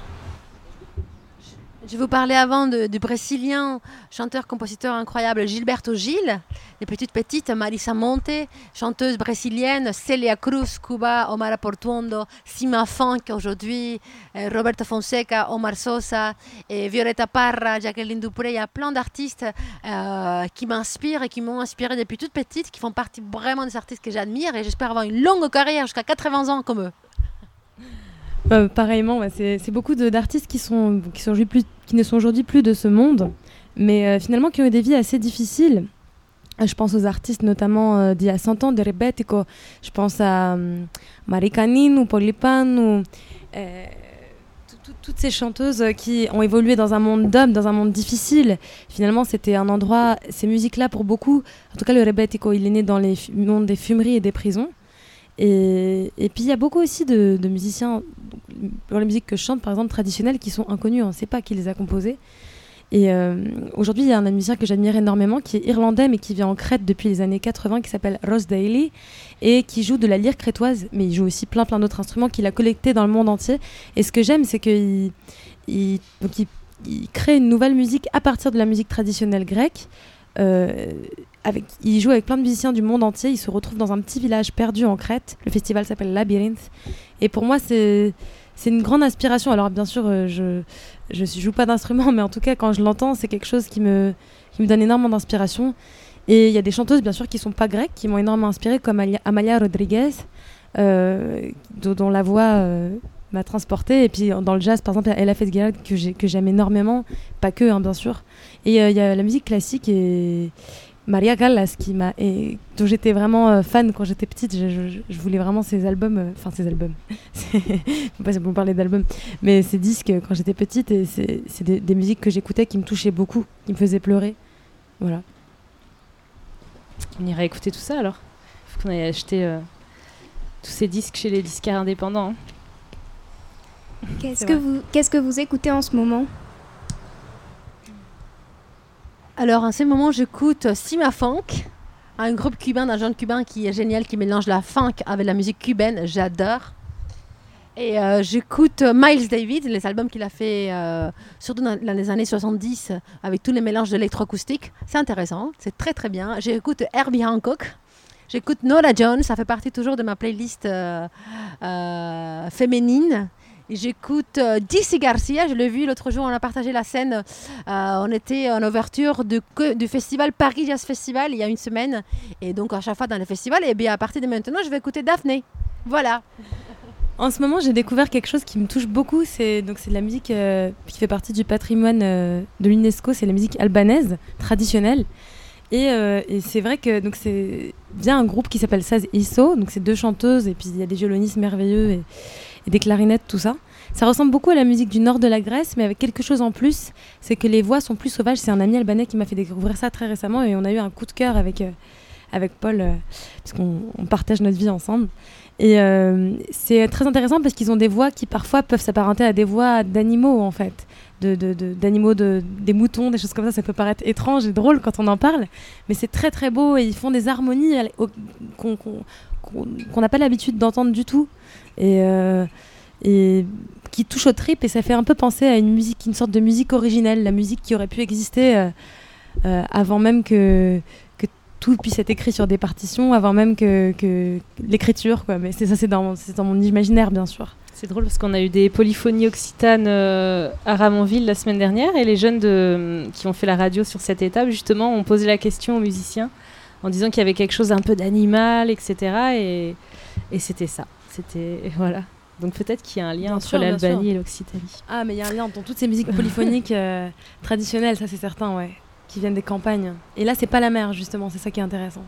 Je vais vous parler avant du brésilien, chanteur-compositeur incroyable Gilberto Gil, des petites Marisa Monte, chanteuse brésilienne, Celia Cruz, Cuba, Omar Portuondo, Sima Funk aujourd'hui, Roberto Fonseca, Omar Sosa, et Violeta Parra, Jacqueline Dupré. Il y a plein d'artistes qui m'inspirent et qui m'ont inspiré depuis toute petite, qui font partie vraiment des artistes que j'admire et j'espère avoir une longue carrière jusqu'à 80 ans comme eux. Pareillement, c'est beaucoup d'artistes qui ne sont aujourd'hui plus de ce monde, mais finalement qui ont eu des vies assez difficiles. Je pense aux artistes notamment d'il y a 100 ans, de Rebetiko. Je pense à Maricanin ou Polipano, toutes ces chanteuses qui ont évolué dans un monde d'hommes, dans un monde difficile. Finalement, c'était un endroit, ces musiques-là pour beaucoup, en tout cas le Rebetiko, il est né dans le monde des fumeries et des prisons. Et puis il y a beaucoup aussi de musiciens dans la musique que je chante, par exemple traditionnelle, qui sont inconnus, on ne sait pas qui les a composés. Et aujourd'hui il y a un musicien que j'admire énormément qui est irlandais mais qui vit en Crète depuis les années 80, qui s'appelle Ross Daly et qui joue de la lyre crétoise, mais il joue aussi plein d'autres instruments qu'il a collectés dans le monde entier. Et ce que j'aime, c'est qu'il crée une nouvelle musique à partir de la musique traditionnelle grecque. Il joue avec plein de musiciens du monde entier. Il se retrouve dans un petit village perdu en Crète. Le festival s'appelle Labyrinthe. Et pour moi, c'est une grande inspiration. Alors bien sûr, je joue pas d'instrument, mais en tout cas, quand je l'entends, c'est quelque chose qui me donne énormément d'inspiration. Et il y a des chanteuses, bien sûr, qui sont pas grecques, qui m'ont énormément inspirée, comme Amalia Rodriguez, dont la voix m'a transportée. Et puis dans le jazz, par exemple, il y a Ella Fitzgerald que j'aime énormément, pas que, bien sûr. Et il y a la musique classique et Maria Callas dont j'étais vraiment fan quand j'étais petite. Je voulais vraiment ses albums, ses albums. Je sais pas si on peut parler d'albums, mais ces disques quand j'étais petite, et c'est des musiques que j'écoutais qui me touchaient beaucoup, qui me faisaient pleurer. Voilà. On ira écouter tout ça alors. Il faut qu'on aille acheter tous ces disques chez les disquaires indépendants. Qu'est-ce que vous écoutez en ce moment ? Alors, en ce moment, j'écoute Sima Funk, un groupe cubain, d'un jeune cubain qui est génial, qui mélange la funk avec la musique cubaine. J'adore. Et j'écoute Miles Davis, les albums qu'il a fait, surtout dans les années 70, avec tous les mélanges d'électroacoustique. C'est intéressant, c'est très très bien. J'écoute Herbie Hancock. J'écoute Nora Jones, ça fait partie toujours de ma playlist féminine. J'écoute Dizzy Garcia, je l'ai vu l'autre jour, on a partagé la scène, on était en ouverture du festival Paris Jazz Festival il y a une semaine, et donc à chaque fois dans les festivals, et bien à partir de maintenant je vais écouter Daphné, voilà. En ce moment j'ai découvert quelque chose qui me touche beaucoup, c'est de la musique qui fait partie du patrimoine de l'UNESCO, c'est la musique albanaise traditionnelle. Et c'est vrai que c'est bien un groupe qui s'appelle Saz Isso, donc c'est 2 chanteuses et puis il y a des violonistes merveilleux et des clarinettes, tout ça. Ça ressemble beaucoup à la musique du nord de la Grèce, mais avec quelque chose en plus, c'est que les voix sont plus sauvages. C'est un ami albanais qui m'a fait découvrir ça très récemment et on a eu un coup de cœur avec Paul, parce qu'on partage notre vie ensemble. Et c'est très intéressant parce qu'ils ont des voix qui parfois peuvent s'apparenter à des voix d'animaux en fait. D'animaux, des moutons, des choses comme ça. Ça peut paraître étrange et drôle quand on en parle, mais c'est très très beau et ils font des harmonies qu'on n'a pas l'habitude d'entendre du tout et qui touchent aux tripes, et ça fait un peu penser à une sorte de musique originelle, la musique qui aurait pu exister avant même que tout puisse être écrit sur des partitions, avant même que l'écriture, quoi. Mais c'est dans mon imaginaire, bien sûr. C'est drôle parce qu'on a eu des polyphonies occitanes à Ramonville la semaine dernière, et les jeunes qui ont fait la radio sur cette étape, justement, ont posé la question aux musiciens en disant qu'il y avait quelque chose un peu d'animal, etc. Et c'était ça. Voilà. Donc peut-être qu'il y a un lien Bien entre sûr, bien l'Albanie sûr. et l'Occitanie. Ah, mais il y a un lien dans toutes ces musiques polyphoniques traditionnelles, ça c'est certain, ouais, qui viennent des campagnes. Et là, c'est pas la mer, justement, c'est ça qui est intéressant.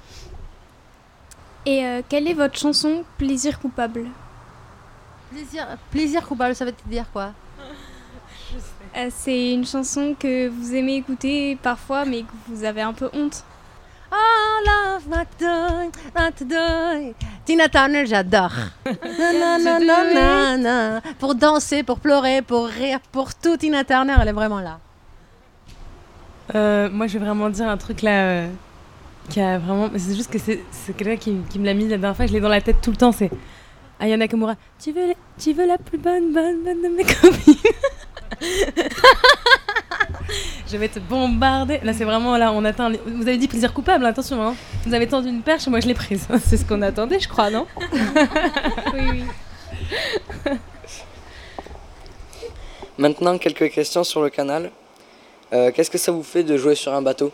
Et quelle est votre chanson plaisir coupable? Plaisir coupable, ça veut te dire quoi? C'est une chanson que vous aimez écouter parfois, mais que vous avez un peu honte. Oh, love, not to die. Tina Turner, j'adore. Na, na, na, na, na. Pour danser, pour pleurer, pour rire, pour tout, Tina Turner, elle est vraiment là. Moi, je vais vraiment dire un truc là qui a vraiment. C'est juste que c'est quelqu'un qui me l'a mis la dernière fois, je l'ai dans la tête tout le temps. C'est Aya Nakamura. Tu veux la plus bonne de mes copines. Je vais te bombarder. Là, c'est vraiment là, on atteint. Vous avez dit plaisir coupable, attention. Hein. Vous avez tendu une perche, moi je l'ai prise. C'est ce qu'on attendait, je crois, non? Oui. Maintenant, quelques questions sur le canal. Qu'est-ce que ça vous fait de jouer sur un bateau?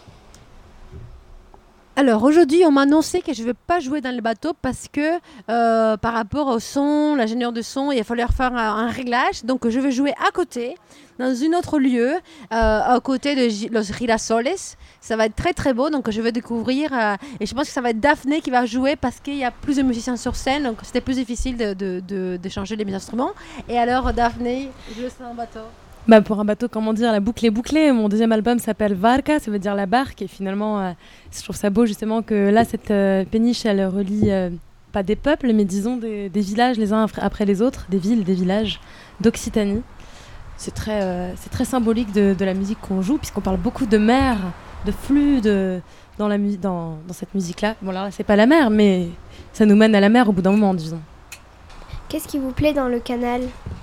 Alors aujourd'hui, on m'a annoncé que je ne vais pas jouer dans le bateau parce que par rapport au son, l'ingénieur de son, il va falloir faire un réglage. Donc je vais jouer à côté, dans un autre lieu, à côté de Los Girasoles. Ça va être très très beau, donc je vais découvrir. Et je pense que ça va être Daphné qui va jouer parce qu'il y a plus de musiciens sur scène, donc c'était plus difficile de changer les instruments. Et alors Daphné, je le sais en bateau. Bah pour un bateau, comment dire, la boucle est bouclée. Mon deuxième album s'appelle Varka, ça veut dire la barque. Et finalement, je trouve ça beau justement que là, cette péniche, elle relie pas des peuples, mais disons des villages les uns après les autres, des villes, des villages d'Occitanie. C'est très symbolique de la musique qu'on joue, puisqu'on parle beaucoup de mer, de flux dans cette musique-là. Bon, là, c'est pas la mer, mais ça nous mène à la mer au bout d'un moment, disons. Qu'est-ce qui vous plaît dans le canal?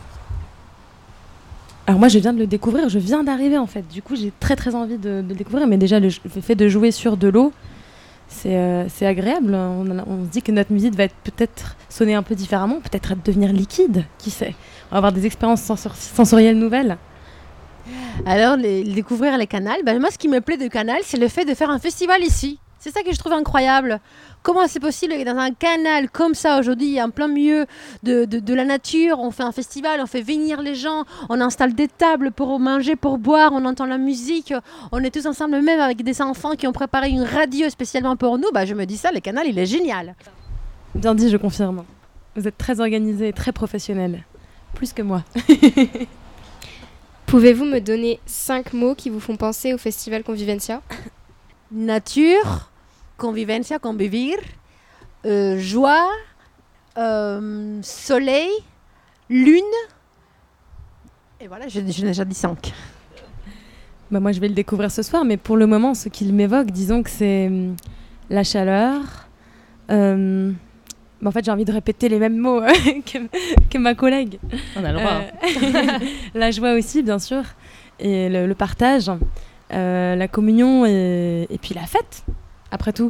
Alors moi je viens de le découvrir, je viens d'arriver en fait, du coup j'ai très très envie de le découvrir, mais déjà le fait de jouer sur de l'eau, c'est agréable, on se dit que notre musique va peut-être sonner un peu différemment, peut-être devenir liquide, qui sait, on va avoir des expériences sensorielles nouvelles. Alors découvrir les canals, moi ce qui me plaît du canal c'est le fait de faire un festival ici. C'est ça que je trouve incroyable. Comment c'est possible que dans un canal comme ça aujourd'hui, en plein milieu de la nature, on fait un festival, on fait venir les gens, on installe des tables pour manger, pour boire, on entend la musique, on est tous ensemble, même avec des enfants qui ont préparé une radio spécialement pour nous. Je me dis ça, le canal il est génial. Bien dit, je confirme. Vous êtes très organisés et très professionnels. Plus que moi. Pouvez-vous me donner 5 mots qui vous font penser au festival Convivencia? Nature, convivencia, convivir, joie, soleil, lune. Et voilà, j'ai déjà dit 5. Moi, je vais le découvrir ce soir, mais pour le moment, ce qu'il m'évoque, disons que c'est la chaleur. En fait, j'ai envie de répéter les mêmes mots que ma collègue. On a le droit. La joie aussi, bien sûr, et le partage, la communion et puis la fête. Après tout.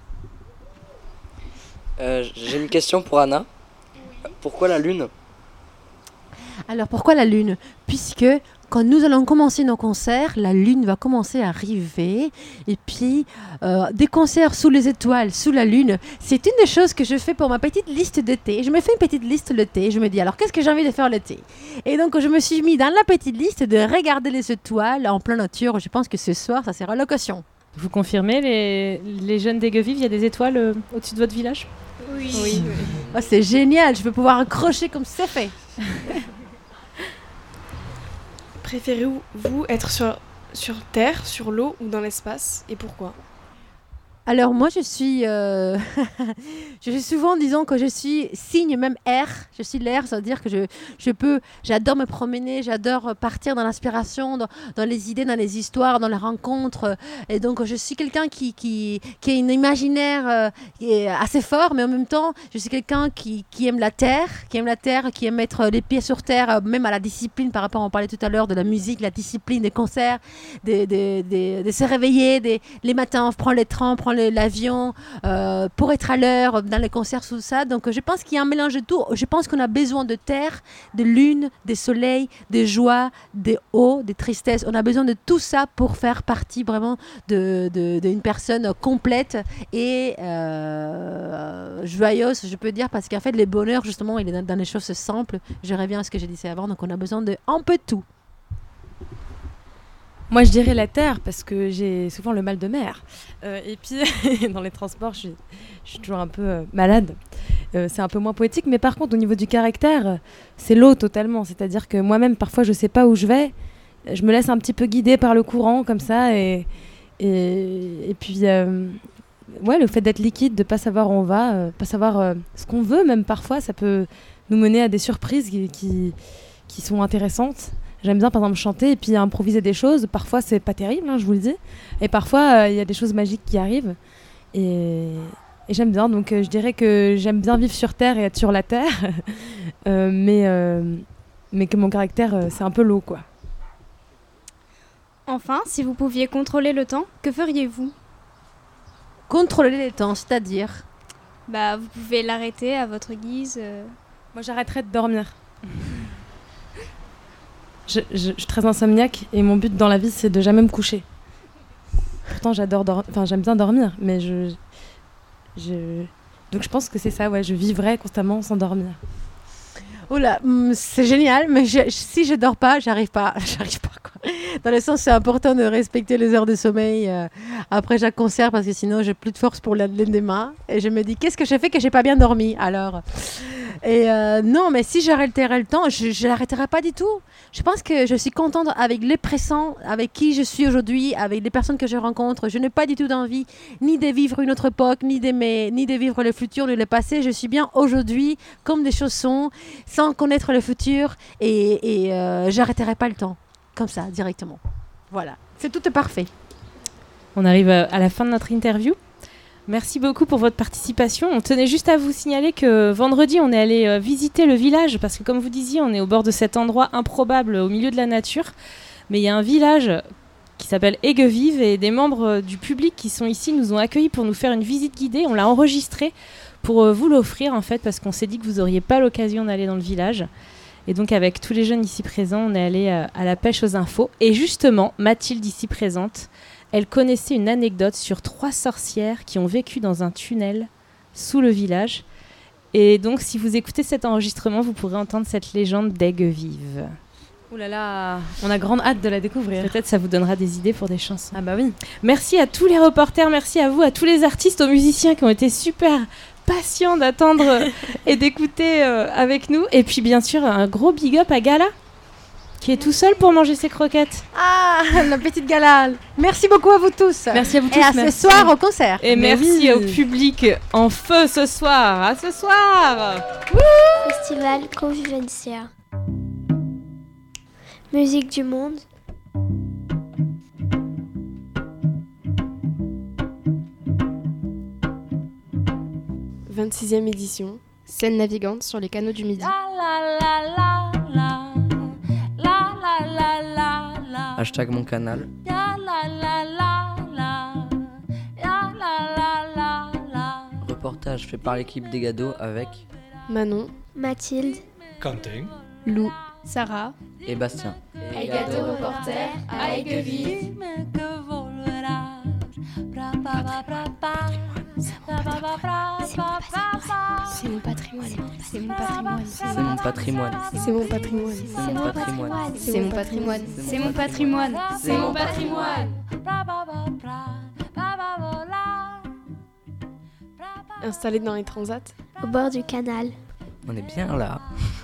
J'ai une question pour Anna. Pourquoi la lune? Alors pourquoi la lune? Puisque quand nous allons commencer nos concerts, la lune va commencer à arriver. Et puis, des concerts sous les étoiles, sous la lune, c'est une des choses que je fais pour ma petite liste d'été. Je me fais une petite liste l'été. Je me dis, alors qu'est-ce que j'ai envie de faire l'été? Et donc, je me suis mis dans la petite liste de regarder les étoiles en pleine nature. Je pense que ce soir, ça sera l'occasion. Vous confirmez, les jeunes d'Aigueville, il y a des étoiles au-dessus de votre village? Oui. Oh, c'est génial, je vais pouvoir accrocher comme c'est fait. Préférez-vous être sur Terre, sur l'eau ou dans l'espace, et pourquoi? Alors moi je suis souvent disons que je suis signe même air, je suis l'air, ça veut dire que j'adore me promener, j'adore partir dans l'inspiration, dans les idées, dans les histoires, dans les rencontres, et donc je suis quelqu'un qui a une imaginaire qui est assez fort, mais en même temps je suis quelqu'un qui aime la terre, qui aime mettre les pieds sur terre, même à la discipline par rapport, on parlait tout à l'heure de la musique, la discipline des concerts, de se réveiller, les matins on prend les trains, on prend l'avion pour être à l'heure dans les concerts, tout ça. Donc je pense qu'il y a un mélange de tout. Je pense qu'on a besoin de terre, de lune, de soleil, de joie, de haut, de tristesse. On a besoin de tout ça pour faire partie vraiment d'une personne complète et joyeuse, je peux dire, parce qu'en fait, le bonheur, justement, il est dans les choses simples. Je reviens à ce que j'ai dit avant, donc on a besoin de un peu de tout. Moi, je dirais la terre, parce que j'ai souvent le mal de mer. Et puis, dans les transports, je suis toujours un peu malade. C'est un peu moins poétique, mais par contre, au niveau du caractère, c'est l'eau totalement. C'est-à-dire que moi-même, parfois, je ne sais pas où je vais. Je me laisse un petit peu guider par le courant, comme ça. Et puis, le fait d'être liquide, de ne pas savoir où on va, pas savoir ce qu'on veut, même parfois, ça peut nous mener à des surprises qui sont intéressantes. J'aime bien, par exemple, chanter et puis improviser des choses. Parfois, c'est pas terrible, je vous le dis. Et parfois, il y a des choses magiques qui arrivent. Et j'aime bien. Donc, je dirais que j'aime bien vivre sur Terre et être sur la Terre. Mais que mon caractère, c'est un peu l'eau, quoi. Enfin, si vous pouviez contrôler le temps, que feriez-vous ? Contrôler le temps, c'est-à-dire ? Vous pouvez l'arrêter à votre guise. Moi, j'arrêterais de dormir. Je suis très insomniaque et mon but dans la vie, c'est de jamais me coucher. Pourtant, j'aime bien dormir, mais donc je pense que c'est ça, je vivrais constamment sans dormir. Oula, c'est génial, mais si je dors pas, j'arrive pas quoi. Dans le sens, c'est important de respecter les heures de sommeil après chaque concert, parce que sinon j'ai plus de force pour le lendemain et je me dis qu'est-ce que j'ai fait que j'ai pas bien dormi alors. Et non, mais si j'arrêterais le temps, je l'arrêterais pas du tout. Je pense que je suis contente avec les présents, avec qui je suis aujourd'hui, avec les personnes que je rencontre. Je n'ai pas du tout d'envie ni de vivre une autre époque, ni de vivre le futur, ni le passé. Je suis bien aujourd'hui, comme des choses sont, sans connaître le futur, et j'arrêterai pas le temps, comme ça, directement. Voilà, tout est parfait. On arrive à la fin de notre interview. Merci beaucoup pour votre participation. On tenait juste à vous signaler que vendredi, on est allé visiter le village, parce que comme vous disiez, on est au bord de cet endroit improbable au milieu de la nature. Mais il y a un village qui s'appelle Aiguevive, et des membres du public qui sont ici nous ont accueillis pour nous faire une visite guidée. On l'a enregistrée pour vous l'offrir, en fait, parce qu'on s'est dit que vous n'auriez pas l'occasion d'aller dans le village. Et donc, avec tous les jeunes ici présents, on est allé à la pêche aux infos. Et justement, Mathilde, ici présente, elle connaissait une anecdote sur 3 sorcières qui ont vécu dans un tunnel sous le village. Et donc, si vous écoutez cet enregistrement, vous pourrez entendre cette légende d'Aiguevive. Ouh là là, on a grande hâte de la découvrir. Peut-être ça vous donnera des idées pour des chansons. Ah bah oui. Merci à tous les reporters, merci à vous, à tous les artistes, aux musiciens qui ont été super patients d'attendre et d'écouter avec nous. Et puis bien sûr, un gros big up à Gala, qui est tout seul pour manger ses croquettes. Ah, la petite Gala. Merci beaucoup à vous tous. Merci à vous tous. Et à ce soir au concert. Et merci au public en feu ce soir. À ce soir. Festival Convivencia. Musique du monde. « 26e édition. Scène navigante sur les canaux du Midi. Hashtag mon canal. Reportage fait par l'équipe des Gados avec Manon, Mathilde, Quentin, Lou, Sarah et Bastien. et Gâteau Reporter à Aiguevive. c'est mon patrimoine. C'est mon patrimoine. C'est mon patrimoine. c'est mon patrimoine. C'est mon patrimoine. C'est mon patrimoine. C'est mon patrimoine. C'est mon patrimoine. Installé dans les transats. Au bord du canal. On est bien là.